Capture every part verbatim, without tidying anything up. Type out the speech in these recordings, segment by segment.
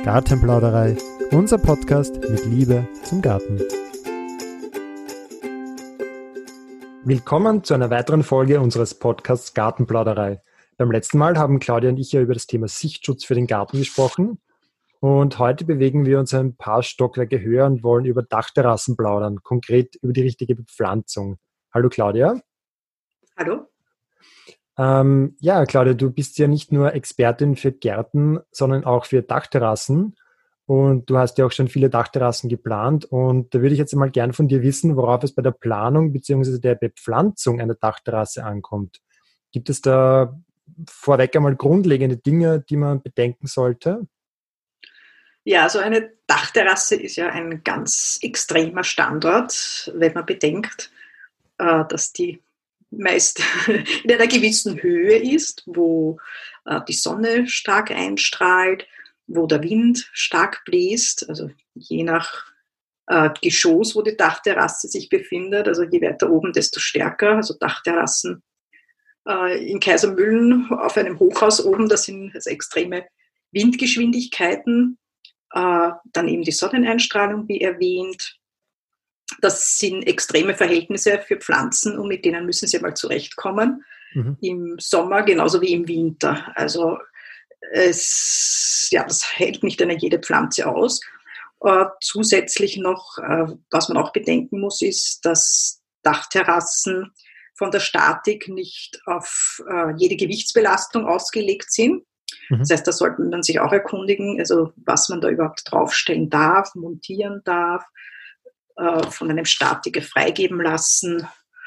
Gartenplauderei, unser Podcast mit Liebe zum Garten. Willkommen zu einer weiteren Folge unseres Podcasts Gartenplauderei. Beim letzten Mal haben Claudia und ich ja über das Thema Sichtschutz für den Garten gesprochen und heute bewegen wir uns ein paar Stockwerke höher und wollen über Dachterrassen plaudern, konkret über die richtige Bepflanzung. Hallo Claudia. Hallo. Ähm, ja, Claudia, du bist ja nicht nur Expertin für Gärten, sondern auch für Dachterrassen. Und du hast ja auch schon viele Dachterrassen geplant. Und da würde ich jetzt einmal gern von dir wissen, worauf es bei der Planung bzw. der Bepflanzung einer Dachterrasse ankommt. Gibt es da vorweg einmal grundlegende Dinge, die man bedenken sollte? Ja, so eine Dachterrasse ist ja ein ganz extremer Standort, wenn man bedenkt, dass die meist in einer gewissen Höhe ist, wo äh, die Sonne stark einstrahlt, wo der Wind stark bläst, also je nach äh, Geschoss, wo die Dachterrasse sich befindet, also je weiter oben, desto stärker. Also Dachterrassen äh, in Kaisermühlen auf einem Hochhaus oben, das sind also extreme Windgeschwindigkeiten, äh, dann eben die Sonneneinstrahlung, wie erwähnt. Das sind extreme Verhältnisse für Pflanzen und mit denen müssen sie mal zurechtkommen. Mhm. Im Sommer genauso wie im Winter. Also es, ja, das hält nicht eine jede Pflanze aus. Äh, zusätzlich noch, äh, was man auch bedenken muss, ist, dass Dachterrassen von der Statik nicht auf äh, jede Gewichtsbelastung ausgelegt sind. Mhm. Das heißt, da sollte man sich auch erkundigen, also was man da überhaupt draufstellen darf, montieren darf, von einem Statiker freigeben lassen,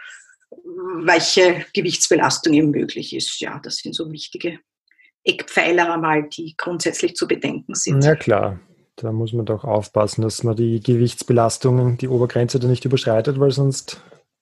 welche Gewichtsbelastung eben möglich ist. Ja, das sind so wichtige Eckpfeiler einmal, die grundsätzlich zu bedenken sind. Ja klar, da muss man doch aufpassen, dass man die Gewichtsbelastungen, die Obergrenze da nicht überschreitet, weil sonst,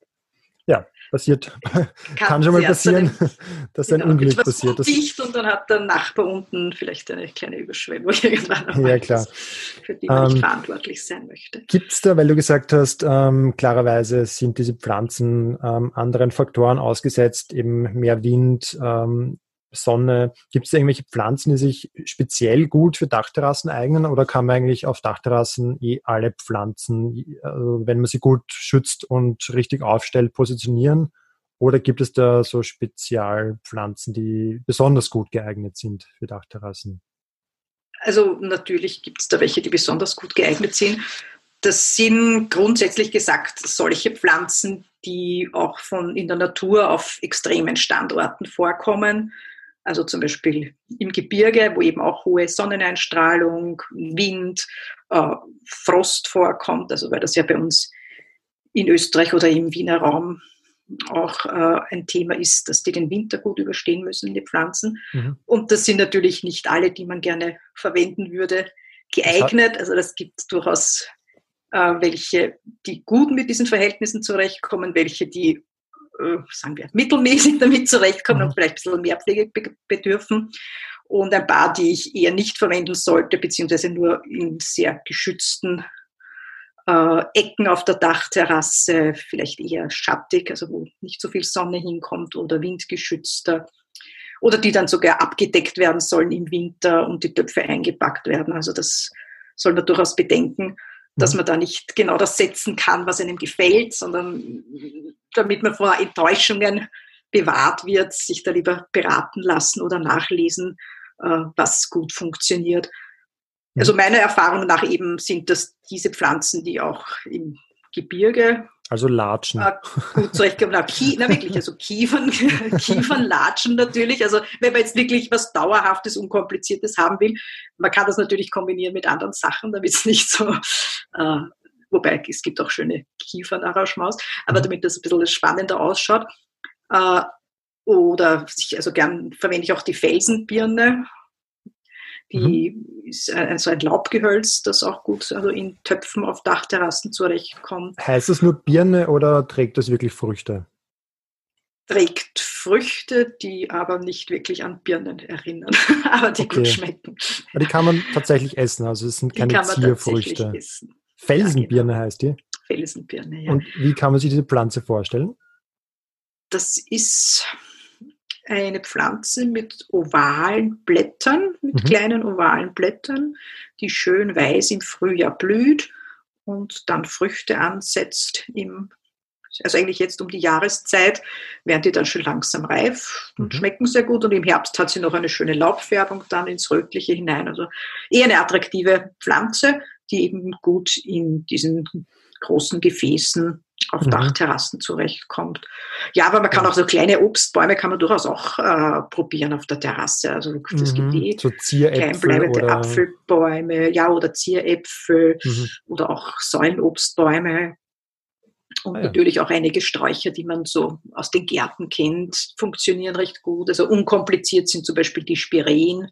ja, passiert, kann, kann schon mal passieren, einem, dass genau, ein Unglück passiert. Dicht und dann hat der Nachbar unten vielleicht eine kleine Überschwemmung irgendwann. Ja, klar. Für die man ähm, nicht verantwortlich sein möchte. Gibt es da, weil du gesagt hast, ähm, klarerweise sind diese Pflanzen ähm, anderen Faktoren ausgesetzt, eben mehr Wind, ähm, Sonne. Gibt es da irgendwelche Pflanzen, die sich speziell gut für Dachterrassen eignen oder kann man eigentlich auf Dachterrassen eh alle Pflanzen, also wenn man sie gut schützt und richtig aufstellt, positionieren? Oder gibt es da so Spezialpflanzen, die besonders gut geeignet sind für Dachterrassen? Also natürlich gibt es da welche, die besonders gut geeignet sind. Das sind grundsätzlich gesagt solche Pflanzen, die auch von in der Natur auf extremen Standorten vorkommen. Also zum Beispiel im Gebirge, wo eben auch hohe Sonneneinstrahlung, Wind, äh, Frost vorkommt. Also weil das ja bei uns in Österreich oder im Wiener Raum auch äh, ein Thema ist, dass die den Winter gut überstehen müssen, die Pflanzen. Mhm. Und das sind natürlich nicht alle, die man gerne verwenden würde, geeignet. Also das gibt durchaus äh, welche, die gut mit diesen Verhältnissen zurechtkommen, welche, die, äh, sagen wir, mittelmäßig damit zurechtkommen mhm. und vielleicht ein bisschen mehr Pflege be- bedürfen. Und ein paar, die ich eher nicht verwenden sollte, beziehungsweise nur in sehr geschützten Äh, Ecken auf der Dachterrasse, vielleicht eher schattig, also wo nicht so viel Sonne hinkommt oder windgeschützter oder die dann sogar abgedeckt werden sollen im Winter und die Töpfe eingepackt werden. Also das soll man durchaus bedenken, dass man da nicht genau das setzen kann, was einem gefällt, sondern damit man vor Enttäuschungen bewahrt wird, sich da lieber beraten lassen oder nachlesen, äh, was gut funktioniert. Also meiner Erfahrung nach eben sind das diese Pflanzen, die auch im Gebirge also Latschen. Äh, gut zurechtkommen. Na, Kie- na wirklich, also Kiefern, Kiefern, Latschen natürlich. Also wenn man jetzt wirklich was Dauerhaftes, Unkompliziertes haben will, man kann das natürlich kombinieren mit anderen Sachen, damit es nicht so, äh, wobei es gibt auch schöne Kiefernarrangements, aber mhm. damit das ein bisschen spannender ausschaut. Äh, oder also gern verwende ich auch die Felsenbirne. Die mhm. ist ein, so ein Laubgehölz, das auch gut also in Töpfen auf Dachterrassen zurechtkommt. Heißt das nur Birne oder trägt das wirklich Früchte? Trägt Früchte, die aber nicht wirklich an Birnen erinnern, aber die okay. gut schmecken. Aber die kann man tatsächlich essen, also es sind keine Zierfrüchte. Felsenbirne ja, genau. heißt die? Felsenbirne, ja. Und wie kann man sich diese Pflanze vorstellen? Das ist eine Pflanze mit ovalen Blättern, mit mhm. kleinen ovalen Blättern, die schön weiß im Frühjahr blüht und dann Früchte ansetzt, im, also eigentlich jetzt um die Jahreszeit, werden die dann schon langsam reif und mhm. schmecken sehr gut. Und im Herbst hat sie noch eine schöne Laubfärbung dann ins Rötliche hinein. Also eher eine attraktive Pflanze, die eben gut in diesen großen Gefäßen auf mhm. Dachterrassen zurechtkommt. Ja, aber man kann auch so kleine Obstbäume kann man durchaus auch äh, probieren auf der Terrasse. Also das mhm. gibt eh so kleinbleibende oder Apfelbäume, ja, oder Zieräpfel mhm. oder auch Säulenobstbäume. Und ah, ja. natürlich auch einige Sträucher, die man so aus den Gärten kennt, funktionieren recht gut. Also unkompliziert sind zum Beispiel die Spireen.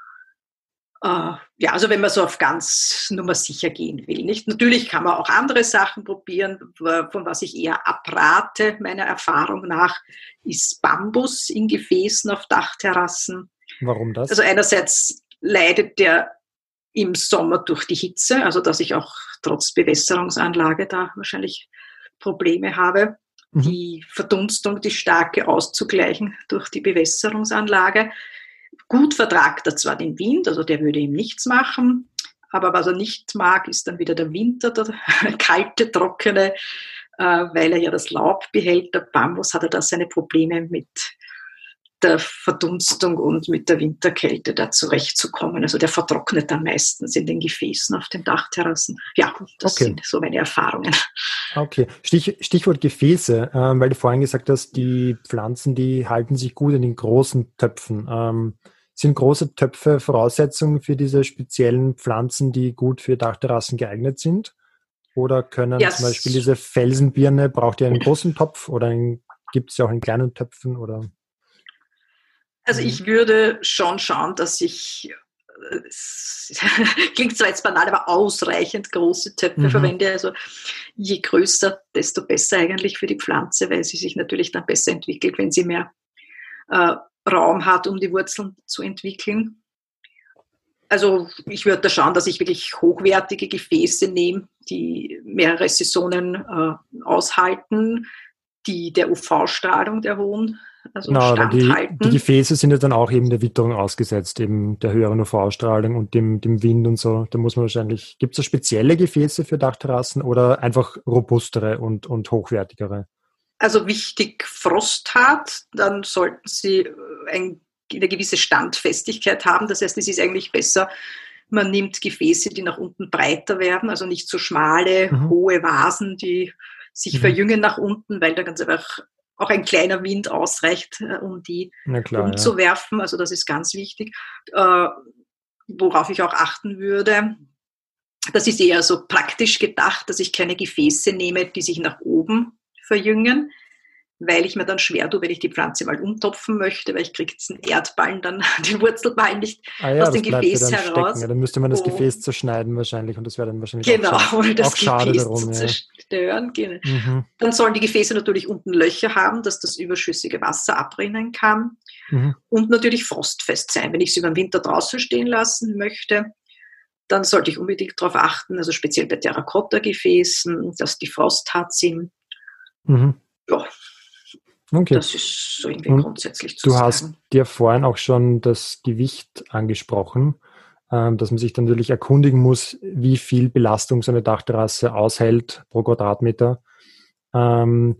Uh, ja, also wenn man so auf ganz Nummer sicher gehen will. Nicht? Natürlich kann man auch andere Sachen probieren, von was ich eher abrate, meiner Erfahrung nach, ist Bambus in Gefäßen auf Dachterrassen. Warum das? Also einerseits leidet der im Sommer durch die Hitze, also dass ich auch trotz Bewässerungsanlage da wahrscheinlich Probleme habe, mhm. die Verdunstung, die starke auszugleichen durch die Bewässerungsanlage. Gut vertragt er zwar den Wind, also der würde ihm nichts machen, aber was er nicht mag, ist dann wieder der Winter, der kalte, trockene, äh, weil er ja das Laub behält. Der Bambus hat er da seine Probleme mit der Verdunstung und mit der Winterkälte da zurechtzukommen. Also der vertrocknet dann meistens in den Gefäßen auf den Dachterrassen. Ja, das okay. sind so meine Erfahrungen. Okay, Stich, Stichwort Gefäße, ähm, weil du vorhin gesagt hast, die Pflanzen, die halten sich gut in den großen Töpfen. Ähm, sind große Töpfe Voraussetzungen für diese speziellen Pflanzen, die gut für Dachterrassen geeignet sind? Oder können yes. zum Beispiel diese Felsenbirne, braucht ihr einen großen Topf oder gibt es ja auch in kleinen Töpfen? Oder? Also ich würde schon schauen, dass ich, es klingt zwar jetzt banal, aber ausreichend große Töpfe mhm. verwende. Also je größer, desto besser eigentlich für die Pflanze, weil sie sich natürlich dann besser entwickelt, wenn sie mehr äh, Raum hat, um die Wurzeln zu entwickeln. Also ich würde da schauen, dass ich wirklich hochwertige Gefäße nehme, die mehrere Saisonen äh, aushalten, die der U V-Strahlung der hohen also genau, standhalten. Die, die Gefäße sind ja dann auch eben der Witterung ausgesetzt, eben der höheren U V-Strahlung und dem, dem Wind und so. Da muss man wahrscheinlich, gibt es da spezielle Gefäße für Dachterrassen oder einfach robustere und, und hochwertigere? Also wichtig, Frost hat, dann sollten sie ein, eine gewisse Standfestigkeit haben. Das heißt, es ist eigentlich besser, man nimmt Gefäße, die nach unten breiter werden, also nicht so schmale, mhm. hohe Vasen, die sich mhm. verjüngen nach unten, weil da ganz einfach auch ein kleiner Wind ausreicht, um die klar, umzuwerfen. Ja. Also das ist ganz wichtig. Äh, worauf ich auch achten würde, das ist eher so praktisch gedacht, dass ich keine Gefäße nehme, die sich nach oben verjüngen, weil ich mir dann schwer tue, wenn ich die Pflanze mal umtopfen möchte, weil ich kriege diesen Erdballen dann, den Wurzelballen nicht ah ja, aus dem Gefäß ja heraus. Ja, dann müsste man das oh. Gefäß zerschneiden wahrscheinlich und das wäre dann wahrscheinlich genau, auch, schade, das auch schade Gefäß darum. zu zerstören. Ja. Mhm. Dann sollen die Gefäße natürlich unten Löcher haben, dass das überschüssige Wasser abrinnen kann mhm. und natürlich frostfest sein. Wenn ich sie über den Winter draußen stehen lassen möchte, dann sollte ich unbedingt darauf achten, also speziell bei Terrakotta-Gefäßen, dass die frosthart sind. Mhm. Ja, okay. Das ist so irgendwie und grundsätzlich zu du sagen. Du hast dir vorhin auch schon das Gewicht angesprochen, ähm, dass man sich dann natürlich erkundigen muss, wie viel Belastung so eine Dachterrasse aushält pro Quadratmeter. Ähm,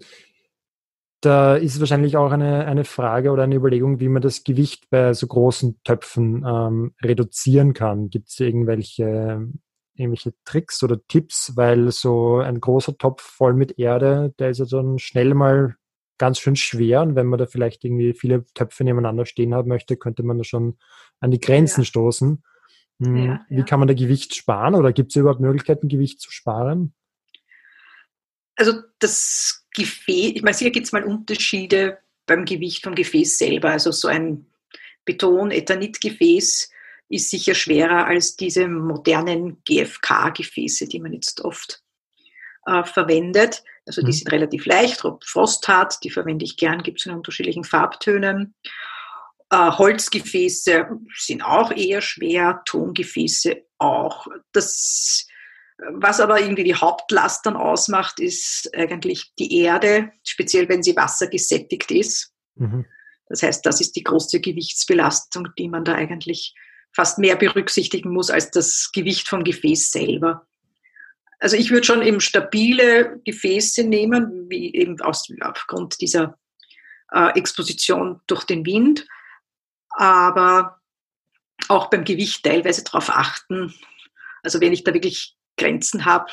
da ist wahrscheinlich auch eine, eine Frage oder eine Überlegung, wie man das Gewicht bei so großen Töpfen ähm, reduzieren kann. Gibt es irgendwelche irgendwelche Tricks oder Tipps, weil so ein großer Topf voll mit Erde, der ist ja dann schnell mal ganz schön schwer und wenn man da vielleicht irgendwie viele Töpfe nebeneinander stehen haben möchte, könnte man da schon an die Grenzen ja. stoßen. Hm, ja, wie ja. kann man da Gewicht sparen oder gibt es überhaupt Möglichkeiten, Gewicht zu sparen? Also das Gefäß, ich meine, sicher gibt es mal Unterschiede beim Gewicht vom Gefäß selber. Also so ein Beton-Ethanit-Gefäß ist sicher schwerer als diese modernen G F K-Gefäße, die man jetzt oft äh, verwendet. Also die mhm. sind relativ leicht, frosthart, die verwende ich gern, gibt es in unterschiedlichen Farbtönen. Äh, Holzgefäße sind auch eher schwer, Tongefäße auch. Das, was aber irgendwie die Hauptlast dann ausmacht, ist eigentlich die Erde, speziell wenn sie wassergesättigt ist. Mhm. Das heißt, das ist die große Gewichtsbelastung, die man da eigentlich fast mehr berücksichtigen muss als das Gewicht vom Gefäß selber. Also ich würde schon eben stabile Gefäße nehmen, wie eben aus, aufgrund dieser äh, Exposition durch den Wind, aber auch beim Gewicht teilweise darauf achten. Also wenn ich da wirklich Grenzen habe,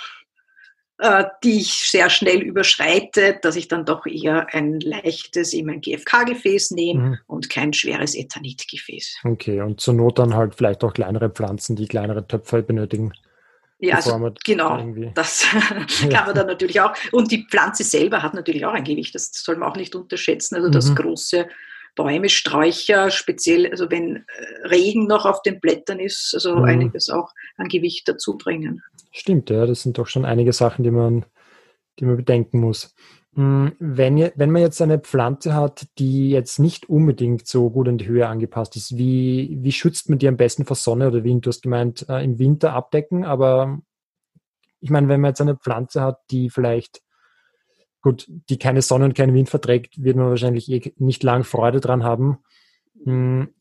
äh, die ich sehr schnell überschreite, dass ich dann doch eher ein leichtes, eben ein G F K-Gefäß nehme mhm. und kein schweres Ethanit-Gefäß. Okay, und zur Not dann halt vielleicht auch kleinere Pflanzen, die kleinere Töpfe benötigen. Ja, also genau, irgendwie. Das kann man dann natürlich auch. Und die Pflanze selber hat natürlich auch ein Gewicht, das soll man auch nicht unterschätzen. Also dass mhm. große Bäume, Sträucher, speziell, also wenn Regen noch auf den Blättern ist, also mhm. einiges auch an Gewicht dazu bringen. Stimmt, ja, das sind doch schon einige Sachen, die man, die man bedenken muss. Wenn, wenn man jetzt eine Pflanze hat, die jetzt nicht unbedingt so gut an die Höhe angepasst ist, wie, wie schützt man die am besten vor Sonne oder Wind? Du hast gemeint, äh, im Winter abdecken, aber ich meine, wenn man jetzt eine Pflanze hat, die vielleicht, gut, die keine Sonne und keinen Wind verträgt, wird man wahrscheinlich eh nicht lang Freude dran haben. Hm.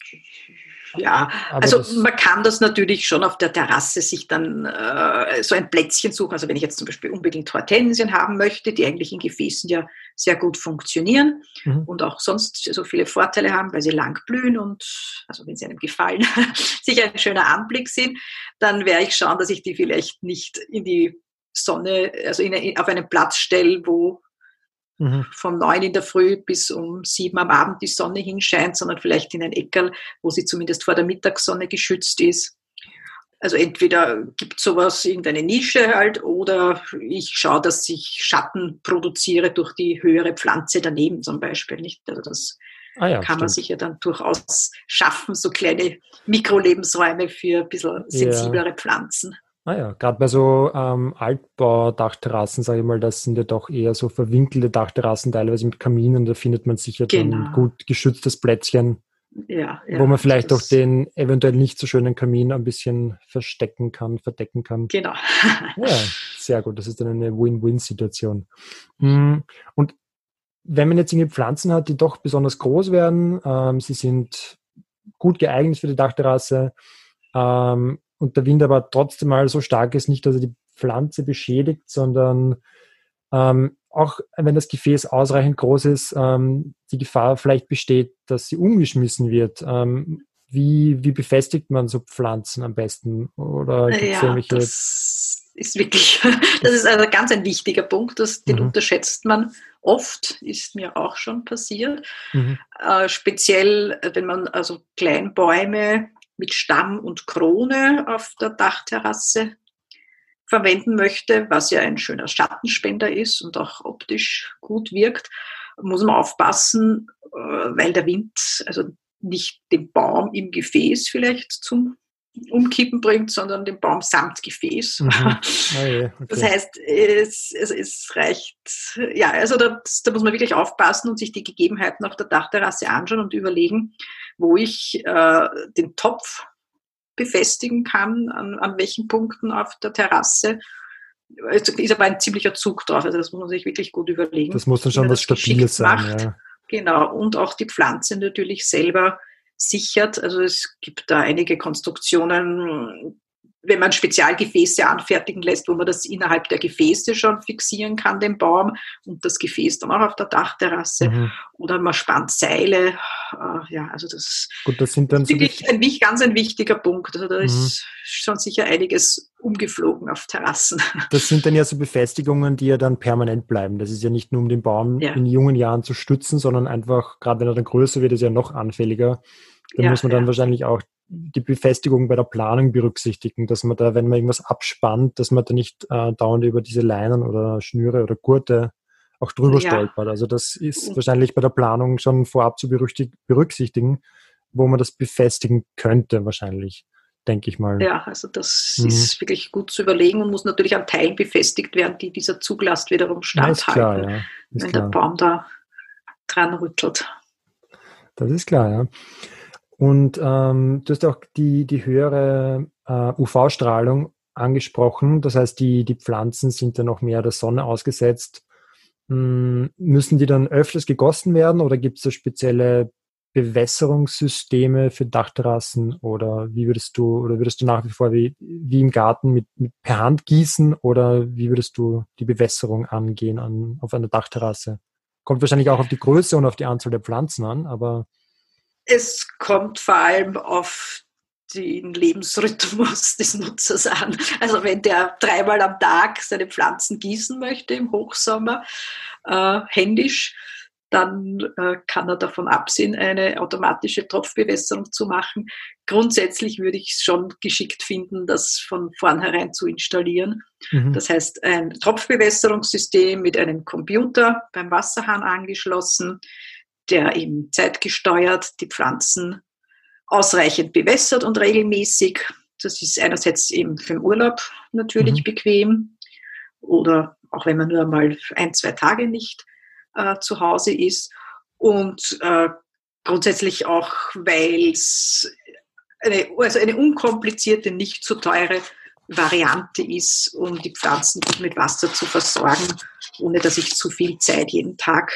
Ja, aber also man kann das natürlich schon auf der Terrasse sich dann äh, so ein Plätzchen suchen. Also wenn ich jetzt zum Beispiel unbedingt Hortensien haben möchte, die eigentlich in Gefäßen ja sehr gut funktionieren mhm. und auch sonst so viele Vorteile haben, weil sie lang blühen und, also wenn sie einem gefallen, sicher ein schöner Anblick sind, dann werde ich schauen, dass ich die vielleicht nicht in die Sonne, also in, auf einen Platz stelle, wo Mhm. von neun in der Früh bis um sieben am Abend die Sonne hinscheint, sondern vielleicht in ein Eckerl, wo sie zumindest vor der Mittagssonne geschützt ist. Also entweder gibt es sowas, irgendeine Nische halt, oder ich schaue, dass ich Schatten produziere durch die höhere Pflanze daneben zum Beispiel. Nicht? Also das ah ja, kann stimmt. man sich ja dann durchaus schaffen, so kleine Mikrolebensräume für ein bisschen sensiblere ja. Pflanzen. Ah ja, gerade bei so ähm, Altbau-Dachterrassen, sage ich mal, das sind ja doch eher so verwinkelte Dachterrassen, teilweise mit Kaminen, da findet man sicher genau. dann ein gut geschütztes Plätzchen, ja, ja, wo man vielleicht auch den eventuell nicht so schönen Kamin ein bisschen verstecken kann, verdecken kann. Genau. Ja, sehr gut, das ist dann eine Win-Win-Situation. Und wenn man jetzt irgendwie Pflanzen hat, die doch besonders groß werden, ähm, sie sind gut geeignet für die Dachterrasse, ähm, und der Wind aber trotzdem mal so stark ist, nicht, dass er die Pflanze beschädigt, sondern ähm, auch wenn das Gefäß ausreichend groß ist, ähm, die Gefahr vielleicht besteht, dass sie umgeschmissen wird. Ähm, wie, wie befestigt man so Pflanzen am besten? Oder gibt's ja, irgendwelche... das ist wirklich, das ist also ganz ein wichtiger Punkt, das, den mhm. unterschätzt man oft, ist mir auch schon passiert. Mhm. Äh, speziell, wenn man also Kleinbäume mit Stamm und Krone auf der Dachterrasse verwenden möchte, was ja ein schöner Schattenspender ist und auch optisch gut wirkt, muss man aufpassen, weil der Wind also nicht den Baum im Gefäß vielleicht zum Umkippen bringt, sondern den Baum samt Gefäß. Mhm. Oh yeah, okay. Das heißt, es, es, es reicht, ja, also da, da muss man wirklich aufpassen und sich die Gegebenheiten auf der Dachterrasse anschauen und überlegen, wo ich äh, den Topf befestigen kann, an, an welchen Punkten auf der Terrasse. Es ist aber ein ziemlicher Zug drauf, also das muss man sich wirklich gut überlegen. Das muss dann schon was Stabiles sein. Ja. Genau, und auch die Pflanze natürlich selber sichert. Also es gibt da einige Konstruktionen, wenn man Spezialgefäße anfertigen lässt, wo man das innerhalb der Gefäße schon fixieren kann, den Baum, und das Gefäß dann auch auf der Dachterrasse. Mhm. Oder man spannt Seile. Ja, also das, Gut, das sind dann ist wirklich so ein, ganz ein wichtiger Punkt. Also da mhm. ist schon sicher einiges umgeflogen auf Terrassen. Das sind dann ja so Befestigungen, die ja dann permanent bleiben. Das ist ja nicht nur, um den Baum ja. in jungen Jahren zu stützen, sondern einfach, gerade wenn er dann größer wird, ist er ja noch anfälliger. Dann ja, muss man dann ja. wahrscheinlich auch die Befestigung bei der Planung berücksichtigen, dass man da, wenn man irgendwas abspannt, dass man da nicht äh, dauernd über diese Leinen oder Schnüre oder Gurte auch drüber ja. stolpert. Also das ist wahrscheinlich bei der Planung schon vorab zu berücksichtigen, wo man das befestigen könnte wahrscheinlich, denke ich mal. Ja, also das mhm. ist wirklich gut zu überlegen und muss natürlich an Teilen befestigt werden, die dieser Zuglast wiederum standhalten, klar, ja. wenn klar. der Baum da dran rüttelt. Das ist klar, ja. Und ähm, du hast auch die, die höhere äh, U V-Strahlung angesprochen. Das heißt, die, die Pflanzen sind dann noch mehr der Sonne ausgesetzt. Hm, müssen die dann öfters gegossen werden oder gibt es da spezielle Bewässerungssysteme für Dachterrassen oder wie würdest du, oder würdest du nach wie vor wie, wie im Garten mit, mit per Hand gießen oder wie würdest du die Bewässerung angehen an, auf einer Dachterrasse? Kommt wahrscheinlich auch auf die Größe und auf die Anzahl der Pflanzen an, aber... Es kommt vor allem auf den Lebensrhythmus des Nutzers an. Also wenn der dreimal am Tag seine Pflanzen gießen möchte im Hochsommer, äh, händisch, dann äh, kann er davon absehen, eine automatische Tropfbewässerung zu machen. Grundsätzlich würde ich es schon geschickt finden, das von vornherein zu installieren. Mhm. Das heißt, ein Tropfbewässerungssystem mit einem Computer beim Wasserhahn angeschlossen, der eben zeitgesteuert die Pflanzen ausreichend bewässert und regelmäßig. Das ist einerseits eben für den Urlaub natürlich mhm. bequem oder auch wenn man nur einmal ein, zwei Tage nicht äh, zu Hause ist. Und äh, grundsätzlich auch, weil es eine, also eine unkomplizierte, nicht zu teure Variante ist, um die Pflanzen gut mit Wasser zu versorgen, ohne dass ich zu viel Zeit jeden Tag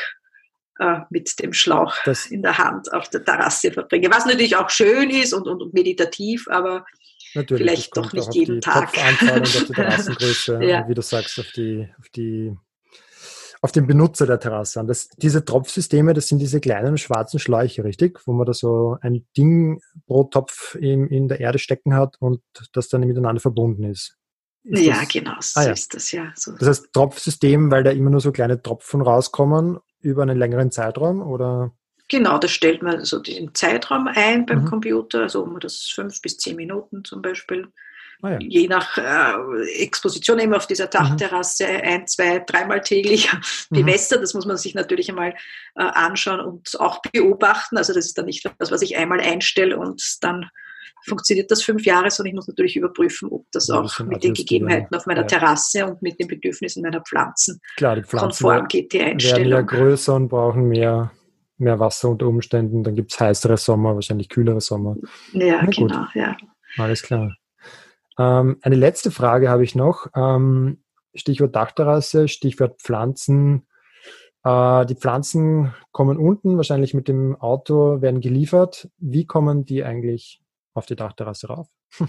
mit dem Schlauch das in der Hand auf der Terrasse verbringe. Was natürlich auch schön ist und, und, und meditativ, aber vielleicht doch nicht jeden Tag. Auf die Topfanzahl und auf die Terrassengröße, ja. Wie du sagst, auf, die, auf, die, auf den Benutzer der Terrasse an. Das, diese Tropfsysteme, das sind diese kleinen schwarzen Schläuche, richtig? Wo man da so ein Ding pro Topf in, in der Erde stecken hat und das dann miteinander verbunden ist. Ist ja, das? genau, so ah, ja. ist das ja. So. Das heißt Tropfsystem, weil da immer nur so kleine Tropfen rauskommen über einen längeren Zeitraum, oder? Genau, das stellt man so den Zeitraum ein beim mhm. Computer, also um das fünf bis zehn Minuten zum Beispiel. Ah, ja. Je nach äh, Exposition eben auf dieser Dachterrasse mhm. ein, zwei, dreimal täglich bewässert. Mhm. Das muss man sich natürlich einmal äh, anschauen und auch beobachten. Also das ist dann nicht das, was ich einmal einstelle und dann funktioniert das fünf Jahre, sondern ich muss natürlich überprüfen, ob das ja, auch mit den Gegebenheiten auf meiner ja. Terrasse und mit den Bedürfnissen meiner Pflanzen, Klar, die Pflanzen konform geht, die Einstellung. Werden ja größer und brauchen mehr, mehr Wasser unter Umständen. Dann gibt es heißere Sommer, wahrscheinlich kühlere Sommer. Ja, genau. Ja. Alles klar. Ähm, eine letzte Frage habe ich noch. Ähm, Stichwort Dachterrasse, Stichwort Pflanzen. Äh, die Pflanzen kommen unten, wahrscheinlich mit dem Auto, werden geliefert. Wie kommen die eigentlich auf die Dachterrasse rauf?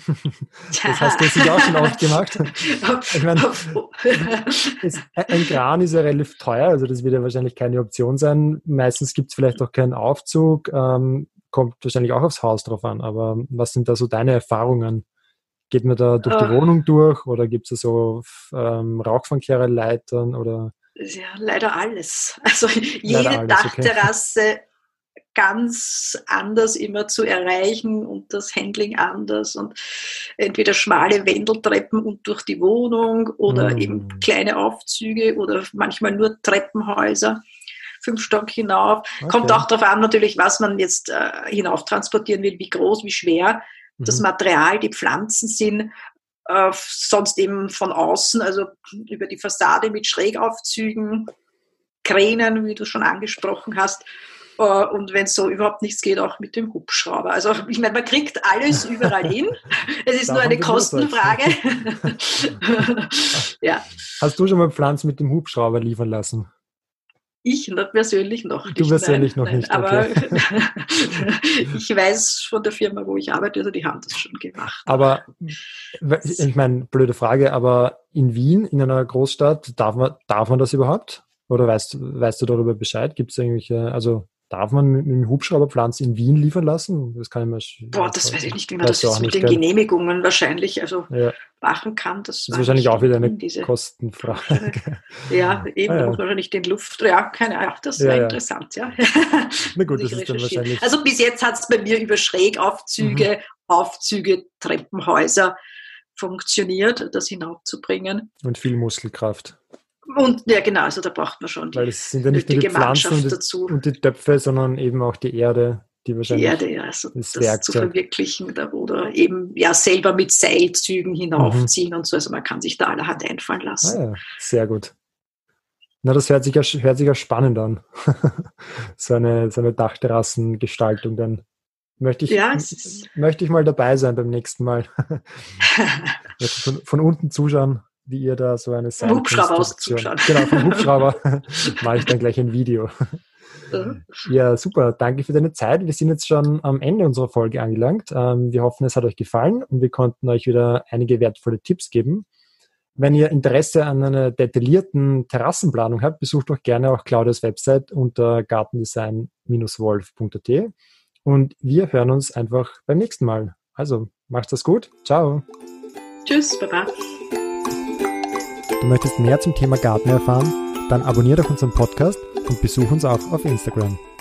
Das hast du sicher auch schon oft gemacht. Ich meine, ist, ein Kran ist ja relativ teuer, also das wird ja wahrscheinlich keine Option sein. Meistens gibt es vielleicht auch keinen Aufzug, ähm, kommt wahrscheinlich auch aufs Haus drauf an. Aber was sind da so deine Erfahrungen? Geht man da durch die oh. Wohnung durch oder gibt es da so ähm, Rauchfangkehrer-Leitern oder? Ja, leider alles. Also jede alles, Dachterrasse okay. ganz anders immer zu erreichen und das Handling anders und entweder schmale Wendeltreppen und durch die Wohnung oder mm. eben kleine Aufzüge oder manchmal nur Treppenhäuser, fünf Stock hinauf. Okay. Kommt auch darauf an natürlich, was man jetzt äh, hinauf transportieren will, wie groß, wie schwer mm. das Material, die Pflanzen sind. Äh, sonst eben von außen, also über die Fassade mit Schrägaufzügen, Kränen, wie du schon angesprochen hast. Und wenn so überhaupt nichts geht, auch mit dem Hubschrauber. Also ich meine, man kriegt alles überall hin. Es ist nur eine Kostenfrage. Ja. Hast du schon mal Pflanzen mit dem Hubschrauber liefern lassen? Ich persönlich noch nicht. Du persönlich nein, noch nein, nicht, aber okay. Ich weiß von der Firma, wo ich arbeite, also die haben das schon gemacht. Aber, ich meine, blöde Frage, aber in Wien, in einer Großstadt, darf man, darf man das überhaupt? Oder weißt, weißt du darüber Bescheid? Gibt es irgendwelche, also darf man mit einem Hubschrauber Pflanzen in Wien liefern lassen? Das kann ich mir Boah, das weiß ich nicht, wie man das jetzt mit den Genehmigungen wahrscheinlich also ja. machen kann. Das, das ist wahrscheinlich auch wieder eine diese Kostenfrage. Ja, eben, ah, ja. da muss man wahrscheinlich den Luft, ja, keine Ahnung, das wäre ja, interessant, ja. Na gut, das ist dann wahrscheinlich... Also bis jetzt hat es bei mir über Schrägaufzüge, mhm. Aufzüge, Treppenhäuser funktioniert, das hinaufzubringen. Und viel Muskelkraft. Und ja, genau, also da braucht man schon die, Weil es sind ja nicht nur die Pflanzen und die, dazu. und die Töpfe, sondern eben auch die Erde, die wahrscheinlich die Erde, ja, also das, das Werkzeug. zu verwirklichen oder eben ja selber mit Seilzügen hinaufziehen mhm. und so. Also man kann sich da allerhand einfallen lassen. Ah ja, sehr gut. Na, das hört sich ja, hört sich ja spannend an. so eine, so eine Dachterrassengestaltung dann. Möchte ich, ja, möchte ich mal dabei sein beim nächsten Mal. von, von unten zuschauen, wie ihr da so eine Seilkonstruktion... Hubschrauber aus zuschauen. Genau, vom Hubschrauber mache ich dann gleich ein Video. Ja, super. Danke für deine Zeit. Wir sind jetzt schon am Ende unserer Folge angelangt. Wir hoffen, es hat euch gefallen und wir konnten euch wieder einige wertvolle Tipps geben. Wenn ihr Interesse an einer detaillierten Terrassenplanung habt, besucht doch gerne auch Claudias Website unter gartendesign Bindestrich wolf Punkt a t und wir hören uns einfach beim nächsten Mal. Also, macht's das gut. Ciao. Tschüss, Baba. Du möchtest mehr zum Thema Garten erfahren? Dann abonniere doch unseren Podcast und besuch uns auch auf Instagram.